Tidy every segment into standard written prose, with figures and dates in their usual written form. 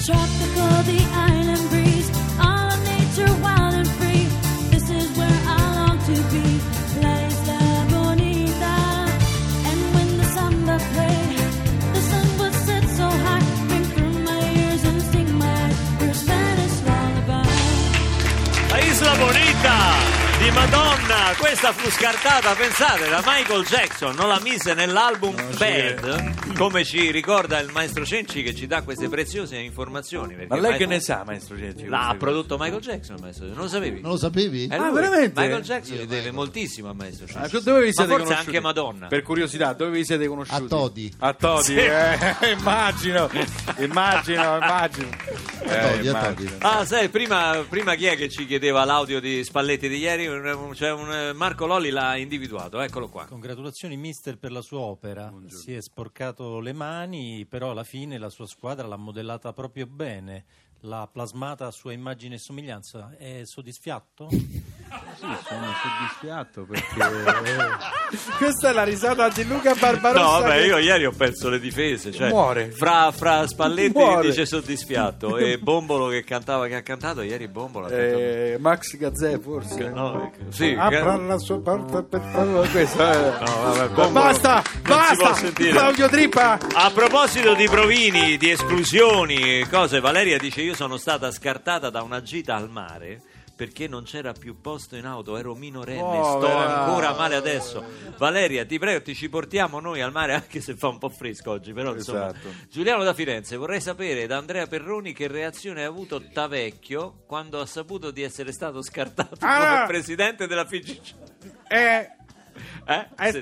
Tropical, the island breeze, all of nature wild and free. This is where I long to be, La Isla Bonita. And when the samba played, the sun would set so high, ring through my ears and sting my eyes, your Spanish lullaby. La Isla Bonita di Madonna, questa fu scartata, pensate, da Michael Jackson, non la mise nell'album Bad, come ci ricorda il maestro Cenci, che ci dà queste preziose informazioni. Ma lei che ne sa, maestro Cenci? L'ha prodotto Michael Jackson, maestro. Non lo sapevi? Non lo sapevi? Lui. Veramente? Michael Jackson gli deve moltissimo a maestro Cenci. Dove vi Ma siete forse conosciuti? anche Madonna. Per curiosità, dove vi siete conosciuti? A Todi. A Todi, Sì. Immagino. A Todi. Ah, sai, prima chi è che ci chiedeva l'audio di Spalletti di ieri? C'è un Marco Lolli l'ha individuato, eccolo qua. Congratulazioni mister per la sua opera. Si è sporcato le mani, però alla fine la sua squadra l'ha modellata proprio bene. L'ha plasmata a sua immagine e somiglianza. È soddisfatto? Sì, sono soddisfatto perché questa è la risata di Luca Barbarossa. No, vabbè, che io ieri ho perso le difese, cioè muore. Fra Spalletti Muore. che dice soddisfatto e Bombolo che ha cantato ieri. Bombolo ha cantato Max Gazzè forse. no, sì, Apra la sua porta per favore. Questa no, vabbè, Bombolo basta, non si può basta. sentire. Claudio Trippa. A proposito di provini, di esclusioni e cose, Valeria dice: io sono stata scartata da una gita al mare perché non c'era più posto in auto, ero minorenne, sto ancora male adesso. Valeria, ti prego, ti ci portiamo noi al mare, anche se fa un po' fresco oggi, però insomma. Esatto. Giuliano da Firenze, vorrei sapere da Andrea Perroni che reazione ha avuto Tavecchio quando ha saputo di essere stato scartato come presidente della FIGC. È Sì.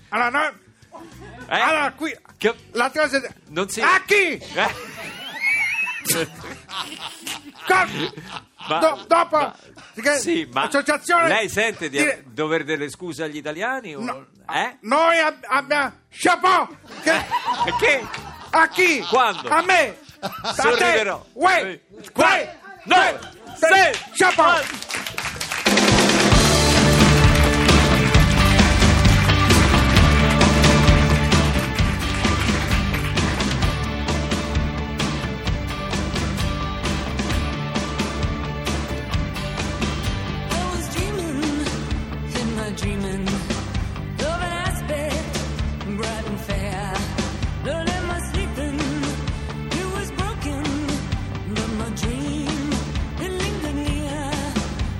Allora qui Che- la cosa Non si... a chi? Dopo Sì, ma l'associazione lei sente di dover delle scuse agli italiani? O... Noi abbiamo chapeau Perché? a chi? Quando? A me. Sorriderò. Uè, No, sei, chapeau. I was dreaming, in my dreaming, of an aspect bright and fair. But in my sleeping, it was broken. But my dream, it lingered near.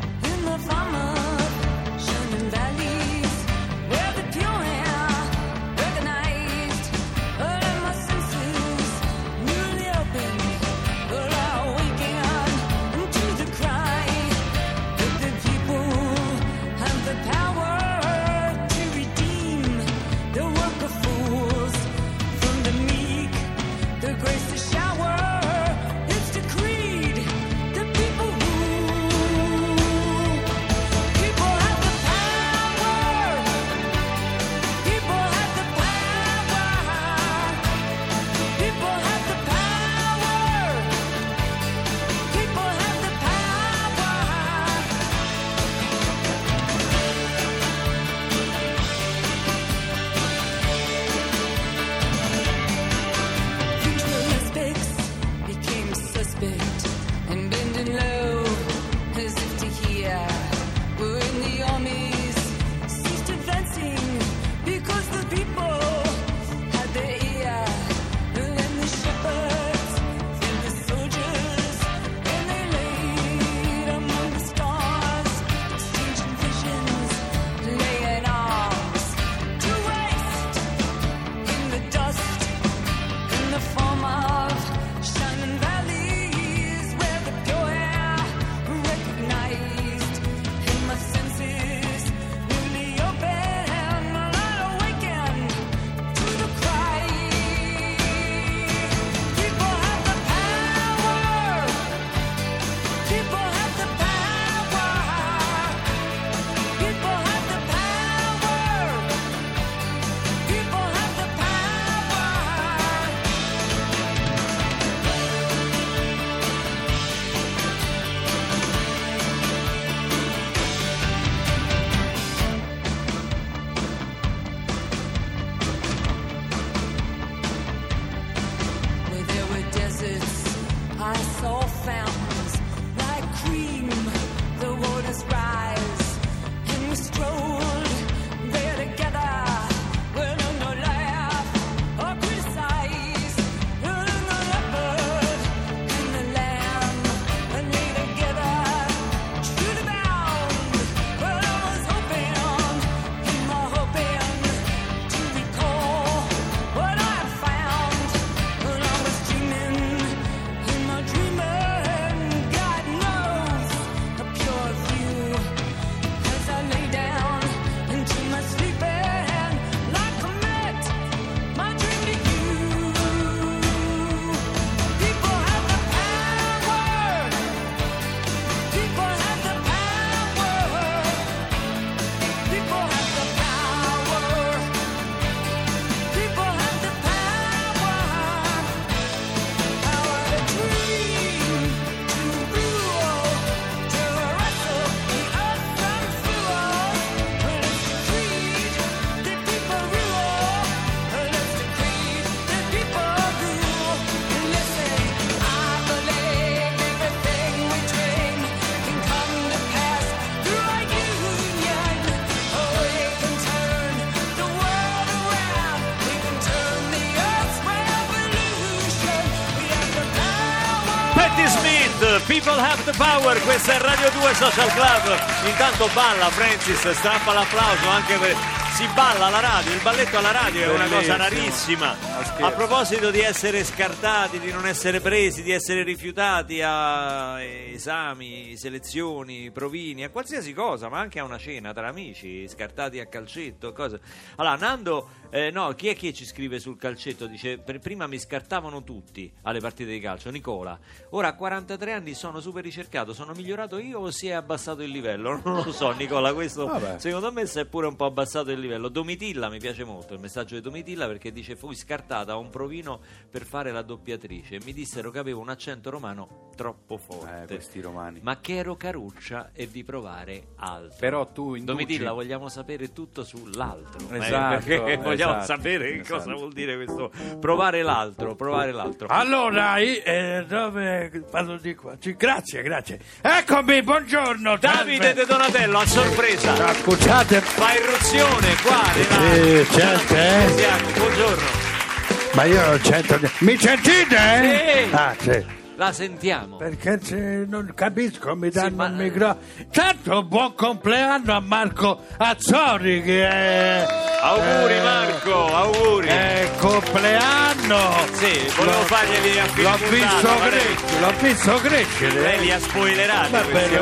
Patti Smith, People Have the Power, questa è Radio 2 Social Club. Intanto balla Francis, strappa l'applauso anche per... Si balla alla radio, il balletto alla radio è una cosa rarissima. A proposito di essere scartati, di non essere presi, di essere rifiutati a esami, selezioni, provini, a qualsiasi cosa, ma anche a una cena tra amici, scartati a calcetto, cose. Allora, Nando, no, chi è che ci scrive sul calcetto? Dice, prima mi scartavano tutti alle partite di calcio, Nicola. Ora a 43 anni sono super ricercato, sono migliorato io o si è abbassato il livello? Non lo so, Nicola, questo secondo me si è pure un po' abbassato il livello. Domitilla, mi piace molto il messaggio di Domitilla, perché dice: fui scartata a un provino per fare la doppiatrice, mi dissero che avevo un accento romano troppo forte, questi romani, ma che ero caruccia e di provare altro. Però tu induci... Domitilla, vogliamo sapere tutto sull'altro, esatto, perché vogliamo sapere che cosa vuol dire questo provare l'altro. Allora, dove vado di qua? Grazie. Eccomi, buongiorno. Davide De Donatello, a sorpresa. Scusate, fa irruzione qua buongiorno. Ma io non sento. Mi sentite? Sì. Ah, sì. La sentiamo. Perché non capisco, mi danno il microfono. Tanto buon compleanno a Marco Azzori che è... Auguri Marco, auguri. Compleanno. Sì, volevo fargli a fine L'ho visto crescere. Lei li ha spoilerati.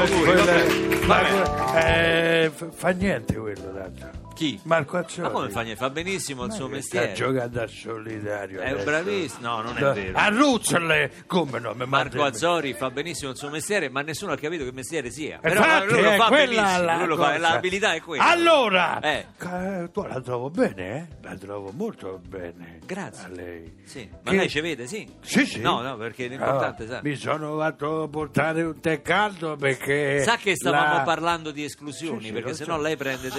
Fa niente quello tanto. Chi? Marco Azzori. Ma come fa niente? Fa benissimo il suo mestiere. Sta giocando a solidario. È bravissimo. No, non è vero. A Ruzzle, come no? Marco Azzori fa benissimo il suo mestiere, ma nessuno ha capito che mestiere sia. Però infatti, lui lo fa benissimo. Lui lo fa, l'abilità è quella. Allora, tu la trovo bene, La trovo molto bene. Grazie. A lei. Sì. Ma lei ci vede, sì? Sì. No, perché l'importante, sa. Mi sono fatto portare un tè caldo perché... Sa che stavamo parlando di esclusioni, perché sennò lei prende...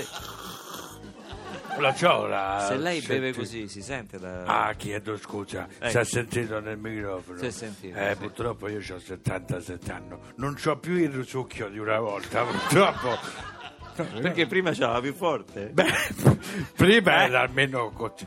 Se lei beve così si sente chiedo scusa, si è sentito nel microfono. Si è sentito, purtroppo io ho 77 anni, non c'ho più il risucchio di una volta, purtroppo. Perché prima c'era più forte? Prima era almeno così.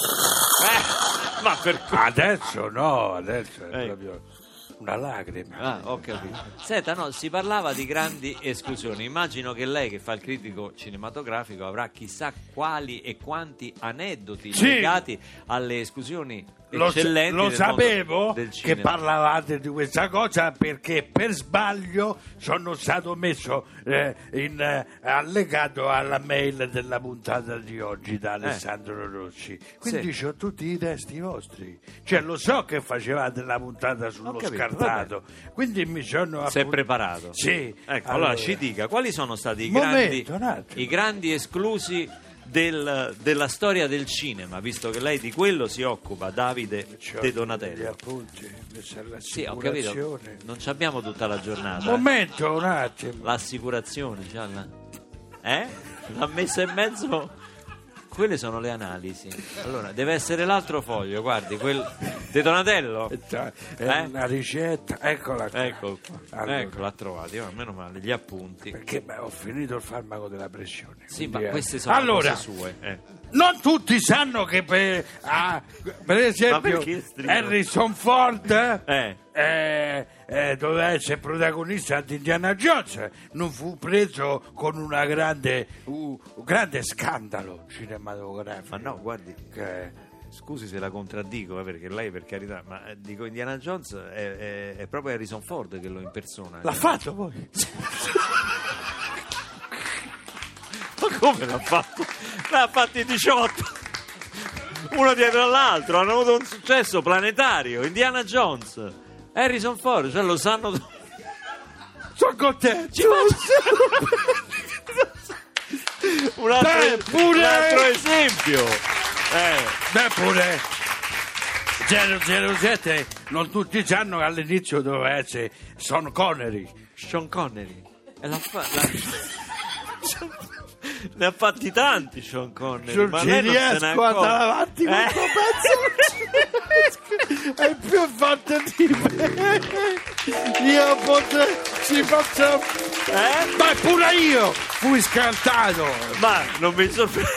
Ma per adesso no, adesso è proprio una lacrima. Ho capito. Senta, no, si parlava di grandi esclusioni. Immagino che lei, che fa il critico cinematografico, avrà chissà quali e quanti aneddoti legati alle esclusioni eccellenti. Lo sapevo del che parlavate di questa cosa, perché per sbaglio sono stato messo allegato alla mail della puntata di oggi da Alessandro Rossi. Quindi ho tutti i testi vostri. Cioè, lo so che facevate la puntata sullo scartato. Quindi mi sono... Si è preparato? Sì. Ecco, allora ci dica, quali sono stati i grandi esclusi della storia del cinema, visto che lei di quello si occupa, Davide De Donatello. Gli appunti, sì, ho capito, non ci abbiamo tutta la giornata. Un attimo. L'assicurazione, l'ha messa in mezzo. Quelle sono le analisi. Allora, deve essere l'altro foglio, guardi, De Donatello. È una ricetta, eccola qua. Ecco, l'ha trovata, meno male, gli appunti. Perché ho finito il farmaco della pressione. Sì, ma queste sono cose sue. Non tutti sanno che per esempio Harrison Ford doveva essere protagonista di Indiana Jones, non fu preso con un grande scandalo cinematografico. Ma no, guardi, scusi se la contraddico, perché lei, per carità, ma dico, Indiana Jones è proprio Harrison Ford che lo impersona. L'ha fatto poi? Ma come l'ha fatto? L'ha fatti 18, uno dietro all'altro, hanno avuto un successo planetario. Indiana Jones, Harrison Ford, cioè lo sanno. Sono contento. Un altro esempio. Pure 007, non tutti sanno che all'inizio doveva essere Sean Connery. Ne ha fatti tanti Sean Connery, non ma ci lei non riesco se ne ad andare avanti con questo pezzo. È più forte di me. Io ci faccio ma pure io fui scartato. Ma non mi sorprende.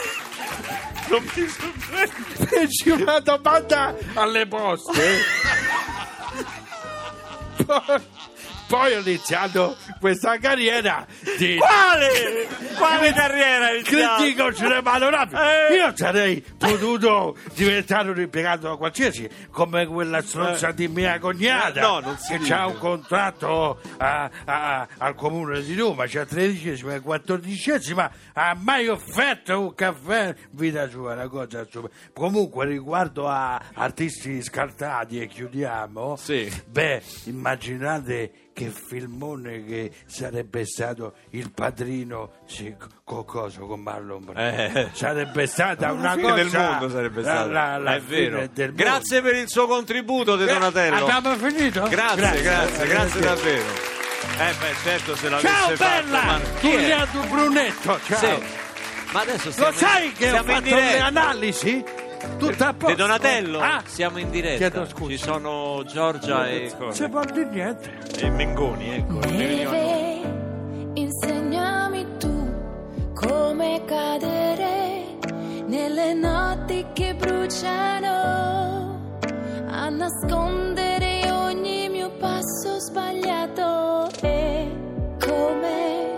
Feci una domanda alle poste Poi ho iniziato questa carriera di... Quale carriera hai iniziato? critico cinematografico. Io sarei potuto diventare un impiegato qualsiasi, come quella stronza di mia cognata No, non si che dice. ha un contratto al comune di Roma, c'ha 13esima e 14esima, ha mai offerto un caffè, vita sua, una cosa stupenda. Comunque, riguardo a artisti scartati, e chiudiamo, Sì. beh, immaginate che filmone che sarebbe stato Il Padrino, sì, con Marlon Brando. Sarebbe stata una fine cosa del mondo sarebbe stata. la È vero. fine del mondo. Grazie per il suo contributo, De Donatello. Abbiamo finito? Grazie davvero. Certo, se l'avesse Ciao fatto, bella, ma chi è? Giuliano Brunetto, ciao. Sì. Ma adesso Lo stiamo sai che ho siamo in fatto le diretta. analisi? Tutto a posto. De Donatello, Ah, siamo in diretta. chiedo scusa. Ci sono Giorgia e se vuol dire niente. Mengoni, ecco. ne venivano- Neve, insegnami tu come cadere nelle notti che bruciano, a nascondere ogni mio passo sbagliato e come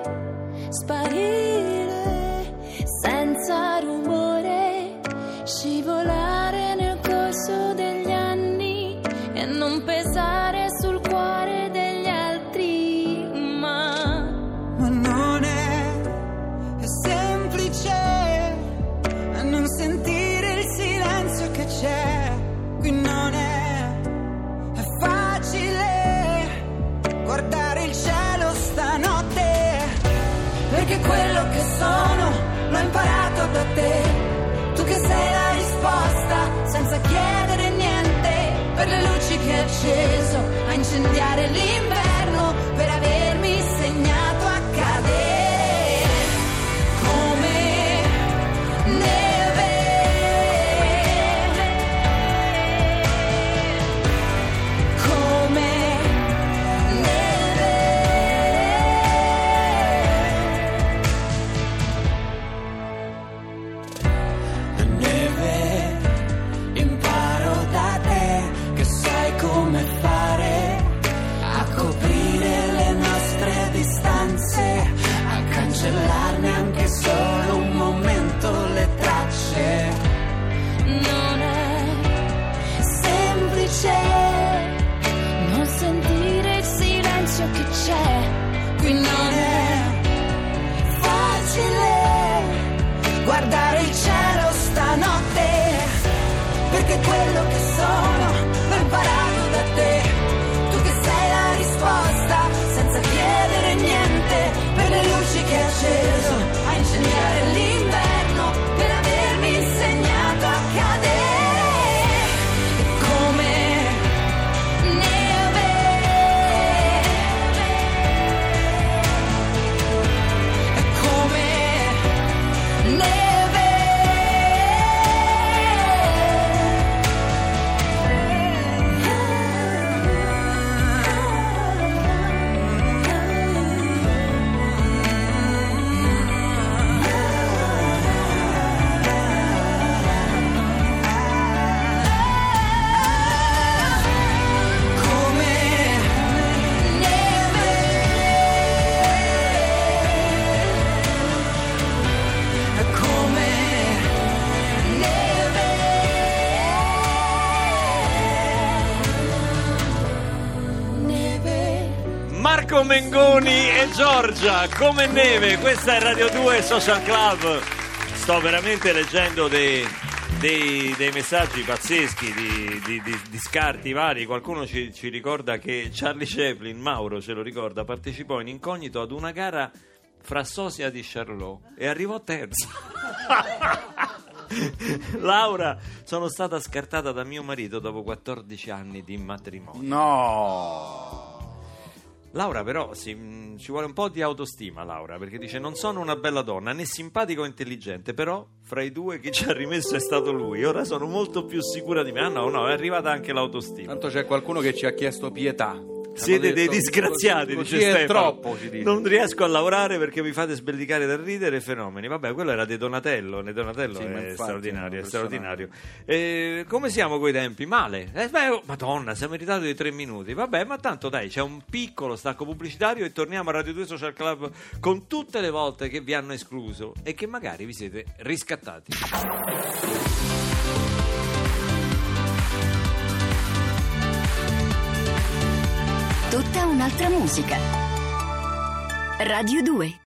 sparire senza rumore, scivolare nel corso degli anni e non pesare sul cuore degli altri, ma non è semplice non sentire il silenzio che c'è qui, non è facile guardare il cielo stanotte, perché quello che sono l'ho imparato da te, tu che sei la risposta senza chiedere niente, per le luci che hai acceso a incendiare l'inverno, per avermi insegnato a cadere come neve, come neve. Neve, imparo da te che sai come fare a coprire le nostre distanze, a cancellarne anche solo un momento le tracce. Non è semplice non sentire il silenzio che c'è qui, non è facile guardare il cielo stanotte, perché quello che sono l'ho imparato da te, tu che sei la risposta senza chiedere niente, per le luci che hai acceso a incendiare l'inverno, per avermi insegnato a cadere come neve, come neve. Marco Mengoni e Giorgia, come neve. Questa è Radio 2 Social Club. Sto veramente leggendo dei messaggi pazzeschi di scarti vari. Qualcuno ci ricorda che Charlie Chaplin, Mauro ce lo ricorda, partecipò in incognito ad una gara fra sosia di Charlot e arrivò terzo. Laura, sono stata scartata da mio marito dopo 14 anni di matrimonio. No. Laura però ci vuole un po' di autostima, Laura, perché dice: non sono una bella donna né simpatica o intelligente, però fra i due chi ci ha rimesso è stato lui, ora sono molto più sicura di me. Ah no, è arrivata anche l'autostima. Tanto c'è qualcuno che ci ha chiesto pietà. Siete dei detto disgraziati, così dice è Stefano. troppo, si dice. Non riesco a lavorare perché mi fate sbellicare da ridere, fenomeni. Vabbè, quello era De Donatello. De Donatello Sì, ma è infatti straordinario, è è un straordinario. Come siamo coi tempi? Male. Madonna, siamo in ritardo di 3 minuti. Vabbè, ma tanto dai, c'è un piccolo stacco pubblicitario e torniamo a Radio 2 Social Club con tutte le volte che vi hanno escluso e che magari vi siete riscattati. Tutta un'altra musica. Radio 2.